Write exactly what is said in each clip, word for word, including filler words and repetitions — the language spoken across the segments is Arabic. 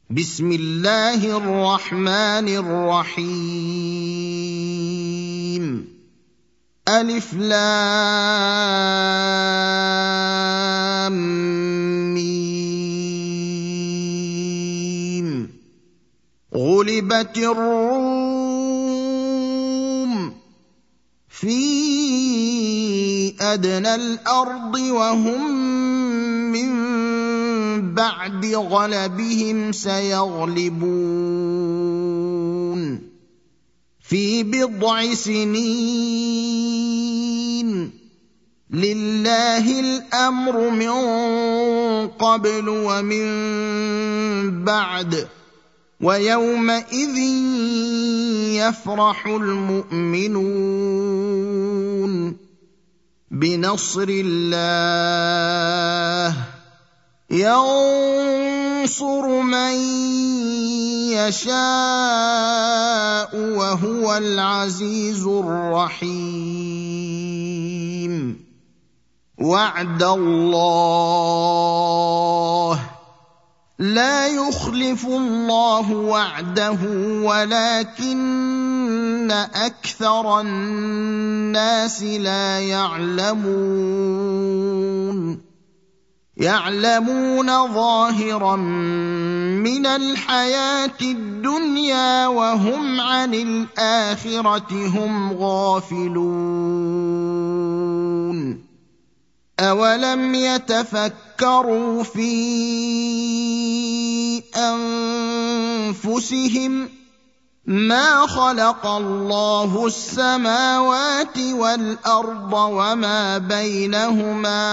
بسم الله الرحمن الرحيم ألف لام ميم غلبت الروم في أدنى الأرض وهم من بعد غلبهم سيغلبون في بضع سنين لله الأمر من قبل ومن بعد ويومئذ يفرح المؤمنون بنصر الله ينصر من يشاء وهو العزيز الرحيم وعد الله لا يخلف الله وعده ولكن أكثر الناس لا يعلمون يعلمون ظاهرا من الحياة الدنيا وهم عن الآخرة هم غافلون أولم يتفكروا في أنفسهم ما خلق الله السماوات والأرض وما بينهما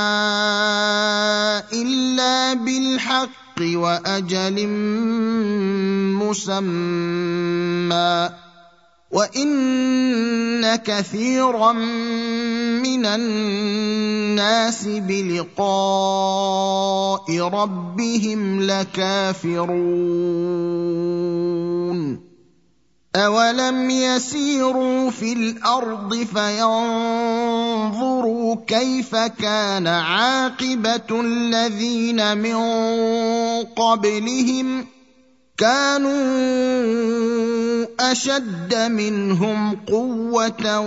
إلا بالحق وأجل مسمى وإن كثيرا من الناس بلقاء ربهم لكافرون أولم يسيروا في الأرض فينظروا كيف كان عاقبة الذين من قبلهم كانوا أشد منهم قوة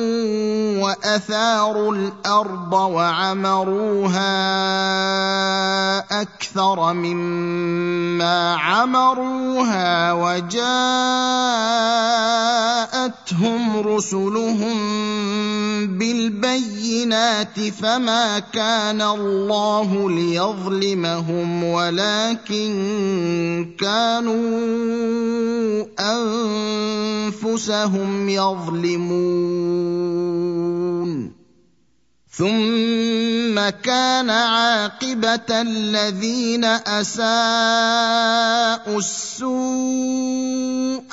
وأثاروا الأرض وعمروها أكثر مما عمروها وجاءتهم رسلهم بالبينات فما كان الله ليظلمهم ولكن كانوا أنفسهم يظلمون ثم كان عاقبة الذين أساءوا السوء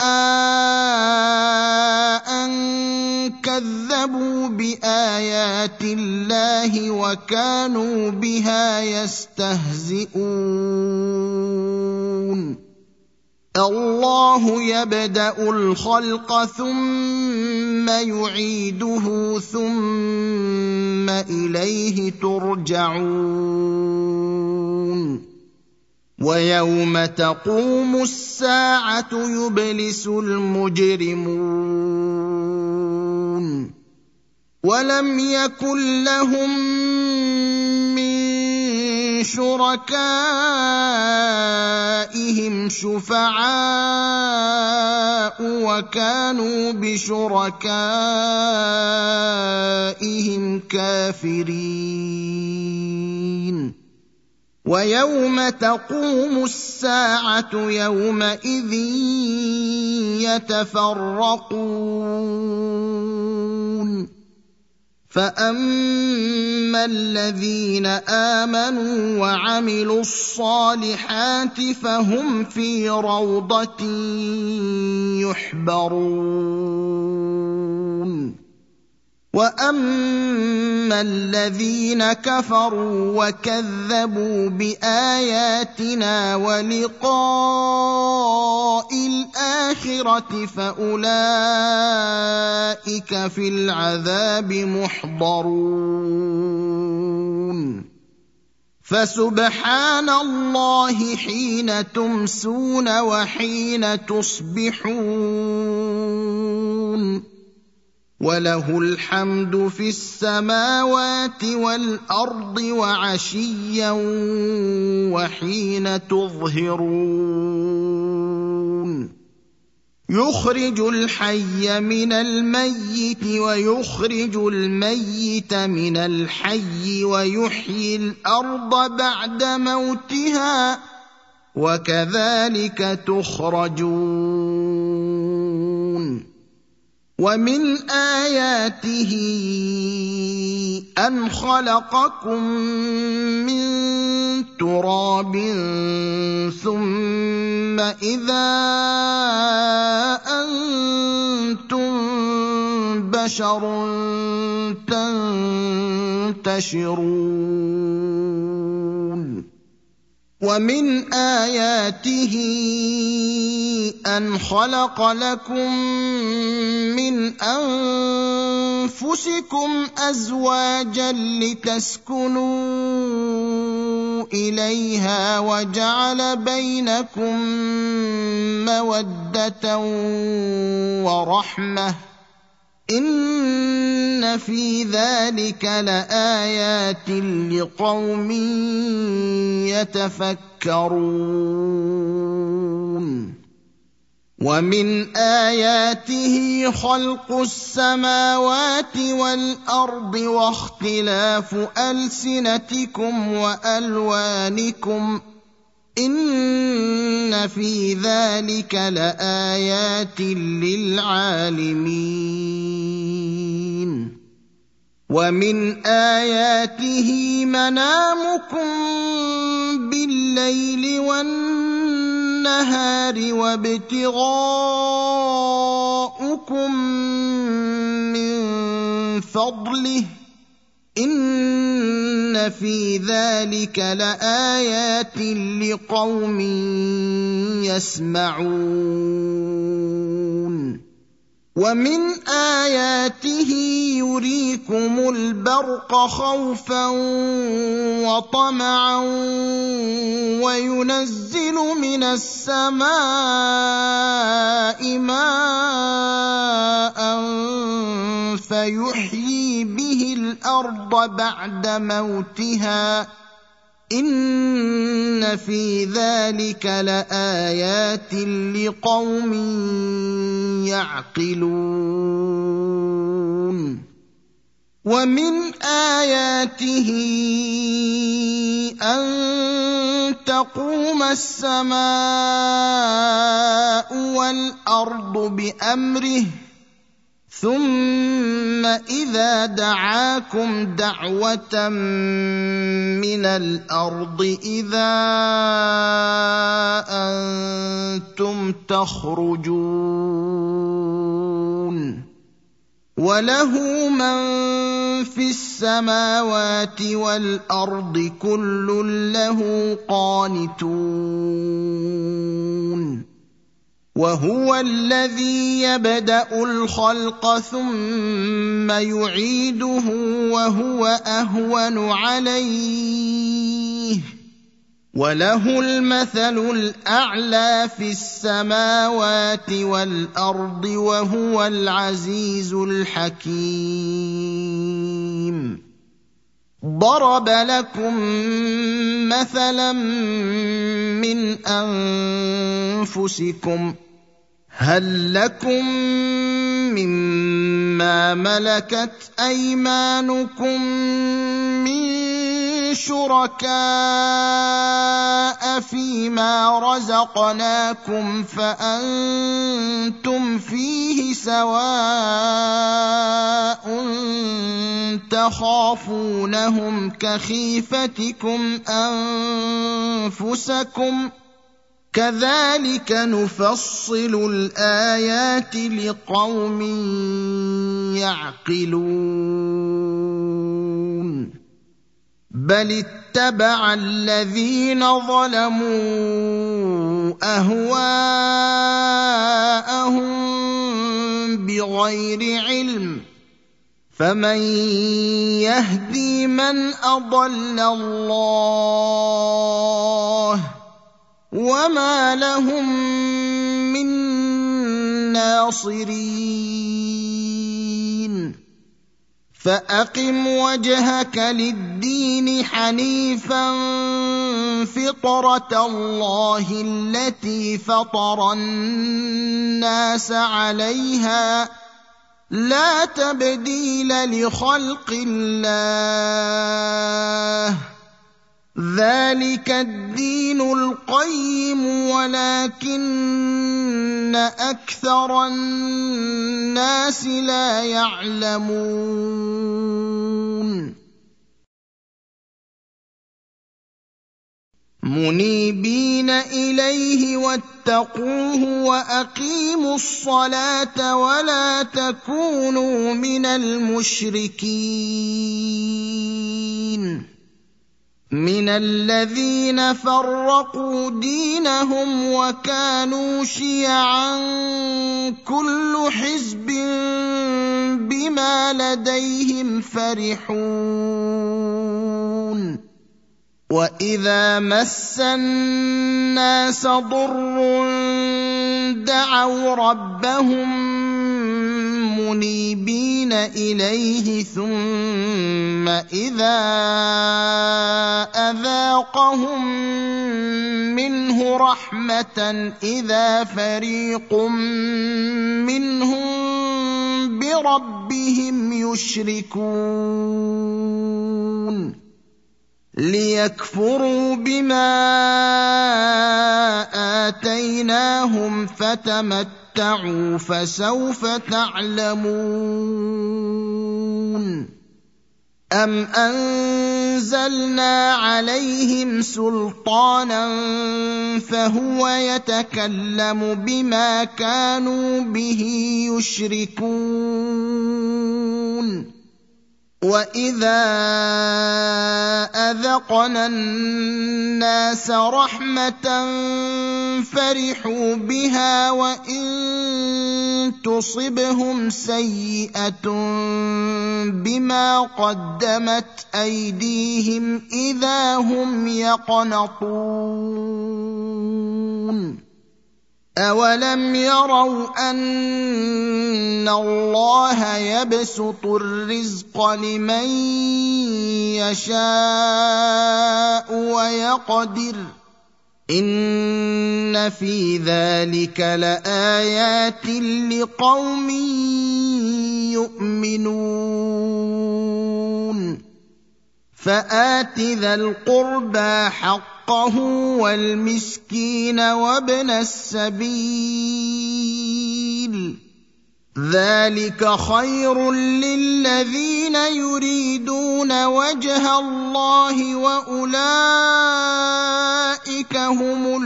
أن كذبوا بآيات الله وكانوا بها يستهزئون الله يبدأ الخلق ثم يعيده ثم إليه ترجعون ويوم تقوم الساعة يبلس المجرمون ولم يكن لهم من شركائهم شفعاء وكانوا بشركائهم كافرين ويوم تقوم الساعة يومئذ يتفرقون فأما الذين آمنوا وعملوا الصالحات فهم في روضة يحبرون وأما الذين كفروا وكذبوا بآياتنا ولقاء الآخرة فأولئك في العذاب محضرون فسبحان الله حين تمسون وحين تصبحون وله الحمد في السماوات والارض وعشيا وحين تظهرون يخرج الحي من الميت ويخرج الميت من الحي ويحيي الارض بعد موتها وكذلك تخرجون ومن آياته أن خلقكم من تراب ثم إذا أنتم بشر تنتشرون ومن آياته أن خلق لكم من أنفسكم أزواجا لتسكنوا إليها وجعل بينكم مودة ورحمة إن في ذلك لآيات لقوم يتفكرون ومن آياته خلق السماوات والأرض واختلاف ألسنتكم وألوانكم إن في ذلك لآيات للعالمين ومن آياته منامكم بالليل والنهار وابتغاؤكم من فضله إن في ذلك لآيات لقوم يسمعون ومن آياته يريكم البرق خوفا وطمعا وينزل من السماء ماء فيحيي به الأرض بعد موتها إن في ذلك لآيات لقوم يعقلون ومن آياته أن تقوم السماء والأرض بأمره ثم إذا دعاكم دعوة من الأرض إذا أنتم تخرجون وله من في السماوات والأرض كل له قانتون وهو الذي يبدأ الخلق ثم يعيده وهو أهون عليه وله المثل الأعلى في السماوات والأرض وهو العزيز الحكيم ضرب لكم مثلا من أنفسكم هل لكم مما ملكت أيمانكم من شركاء فيما رزقناكم فأنتم فيه سواء تخافونهم كخيفتكم أنفسكم كذلك نفصل الآيات لقوم يعقلون بل اتبع الذين ظلموا أهواءهم بغير علم فمن يهدي من أضل الله وما لهم من ناصرين فأقم وجهك للدين حنيفا فطرة الله التي فطر الناس عليها لا تبديل لخلق الله ذلك الدين القيم ولكن أكثر الناس لا يعلمون منيبين إليه واتقوه وأقيموا الصلاة ولا تكونوا من المشركين من الذين فرقوا دينهم وكانوا شيعا كل حزب بما لديهم فرحون وإذا مس الناس ضر دعوا ربهم منيبين إليه ثم إذا أذاقهم منه رحمة إذا فريق منهم بربهم يشركون ليكفروا بما آتيناهم فتمتعوا فسوف تعلمون أم أنزلنا عليهم سلطانا فهو يتكلم بما كانوا به يشركون وإذا أذقنا الناس رحمة فرحوا بها وإن تصبهم سيئة بما قدمت أيديهم إذا هم يقنطون أولم يروا أن الله يبسط الرزق لمن يشاء ويقدر إن في ذلك لآيات لقوم يؤمنون فآت ذا القربى حقه والمسكين وابن السبيل ذلك خير للذين يريدون وجه الله وأولئك هم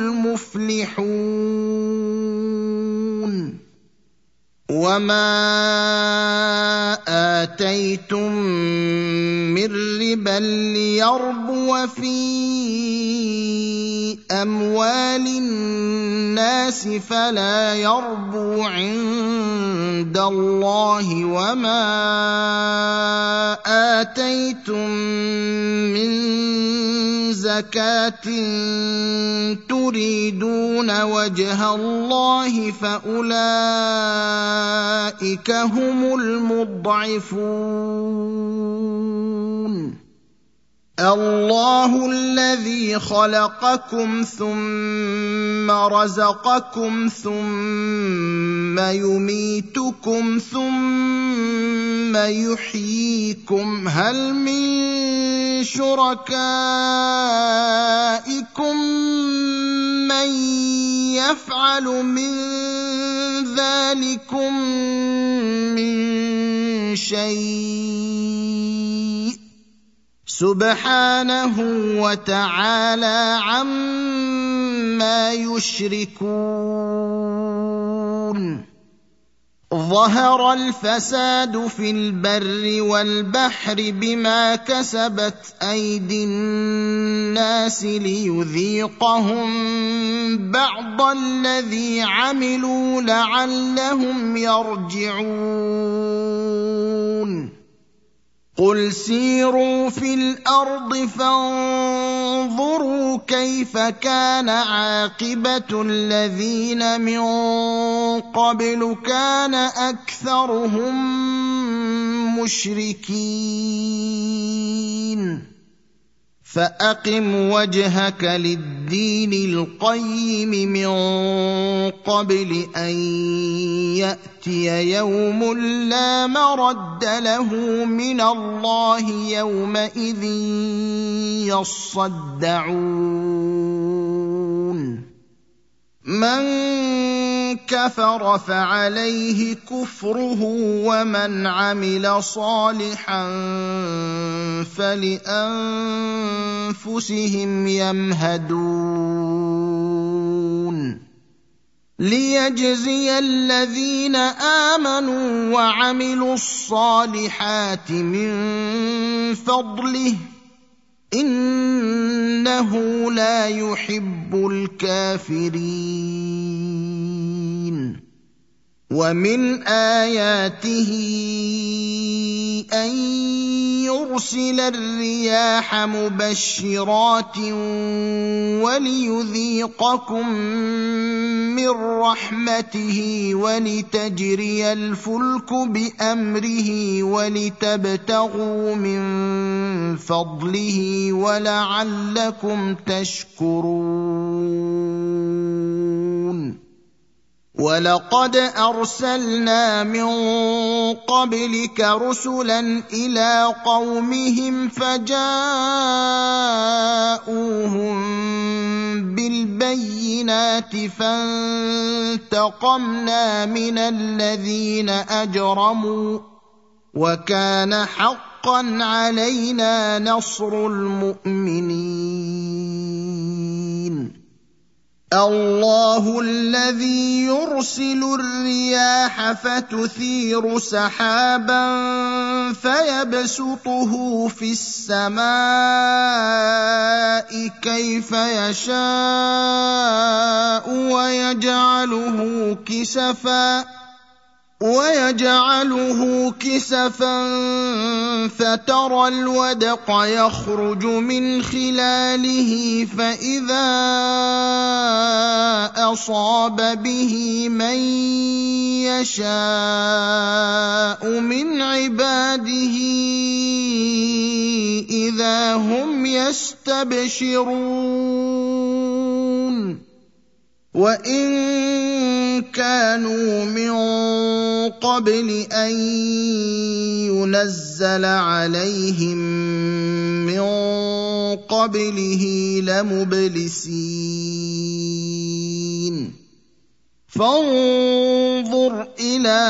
المفلحون وما آتيتم من ربا ليربو في أموال الناس فلا يربو عند الله وما آتيتم من زكاة تريدون وجه الله فأولئك هم المضعفون الله الذي خلقكم ثم رزقكم ثم يميتكم ثم يحييكم هل من شركائكم من يفعل من ذلكم من شيء سبحانه وتعالى عما يشركون ظهر الفساد في البر والبحر بما كسبت أيدي الناس ليذيقهم بعض الذي عملوا لعلهم يرجعون قل سيروا في الارض فانظروا كيف كان عاقبه الذين من قبل كان اكثرهم مشركين فاقم وجهك للدين القيم من قبل ان ياتي يوم لا مرد له من الله يومئذ يصدعون من كفر فعليه كفره ومن عمل صالحا فلانفسهم يمهدون ليجزي الذين امنوا وعملوا الصالحات من فضله انه لا يحب الكافرين ومن اياته ان يرسل الرياح مبشرات وليذيقكم من رحمته ولتجري الفلك بامره ولتبتغوا من فضله ولعلكم تشكرون ولقد ارسلنا من قبلك رسلا الى قومهم فجاءوهم بالبينات فانتقمنا من الذين اجرموا وكان حقا علينا نصر المؤمنين الله الذي يرسل الرياح فتثير سحابا فيبسطه في السماء كيف يشاء ويجعله كسفا ويجعله كسفا فترى الودق يخرج من خلاله فإذا أصاب به من يشاء من عباده إذا هم يستبشرون وإن كانوا من قبل أن ينزل عليهم من قبله لمبلسين فانظر إلى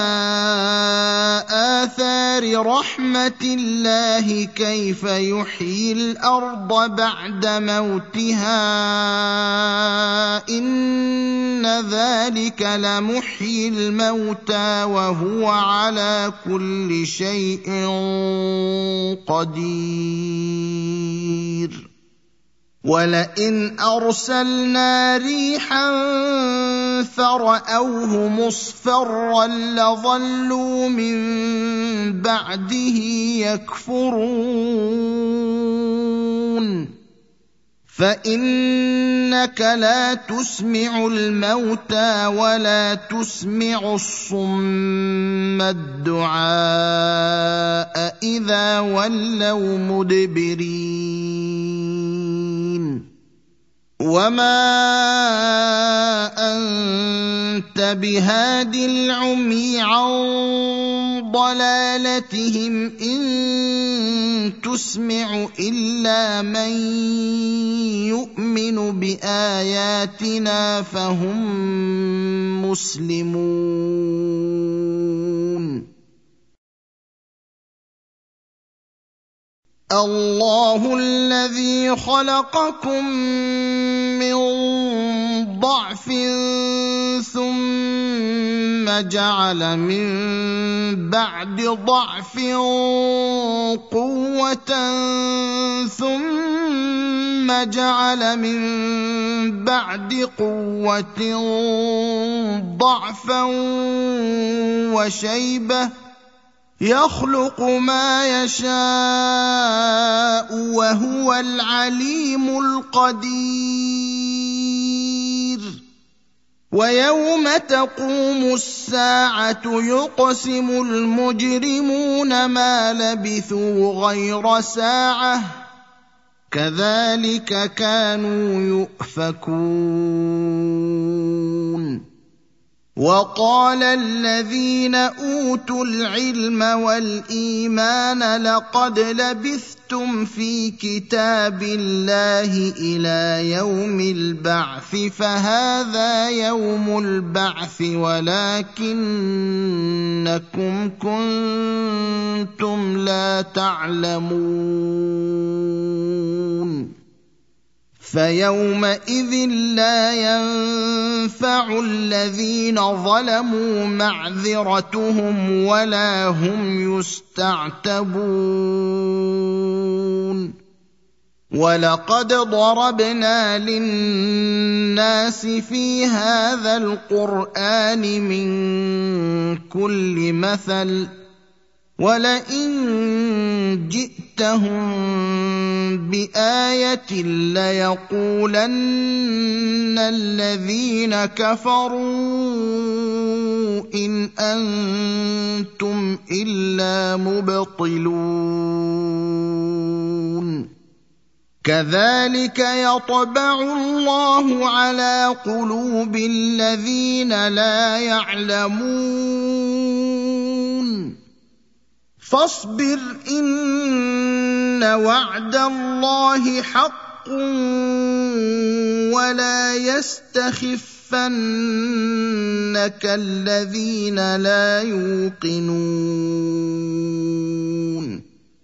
آثار رحمة الله كيف يحيي الأرض بعد موتها إن ذلك لمحيي الموتى وهو على كل شيء قدير ولئن أرسلنا ريحا فرأوه مصفرا لظلوا من بعده يكفرون فإنك لا تسمع الموتى ولا تسمع الصم الدعاء إذا ولوا مدبرين وما أنت بهاد العمي عن ضلالتهم إن تسمع إلا من يؤمن بآياتنا فهم مسلمون الله الذي خلقكم من ضعف ثم جعل من بعد ضعف قوة ثم جعل من بعد قوة ضعفا وشيبة يخلق ما يشاء وهو العليم القدير ويوم تقوم الساعة يقسم المجرمون ما لبثوا غير ساعة كذلك كانوا يؤفكون وقال الذين أوتوا العلم والإيمان لقد لبثتم في كتاب الله إلى يوم البعث فهذا يوم البعث ولكنكم كنتم لا تعلمون فيومئذ لا ينفع الذين ظلموا معذرتهم ولا هم يستعتبون ولقد ضربنا للناس في هذا القرآن من كل مثل ولئن جئتهم بآية ليقولن الذين كفروا إن أنتم إلا مبطلون كذلك يطبع الله على قلوب الذين لا يعلمون فاصبر إن وعد الله حق ولا يستخفنك الذين لا يوقنون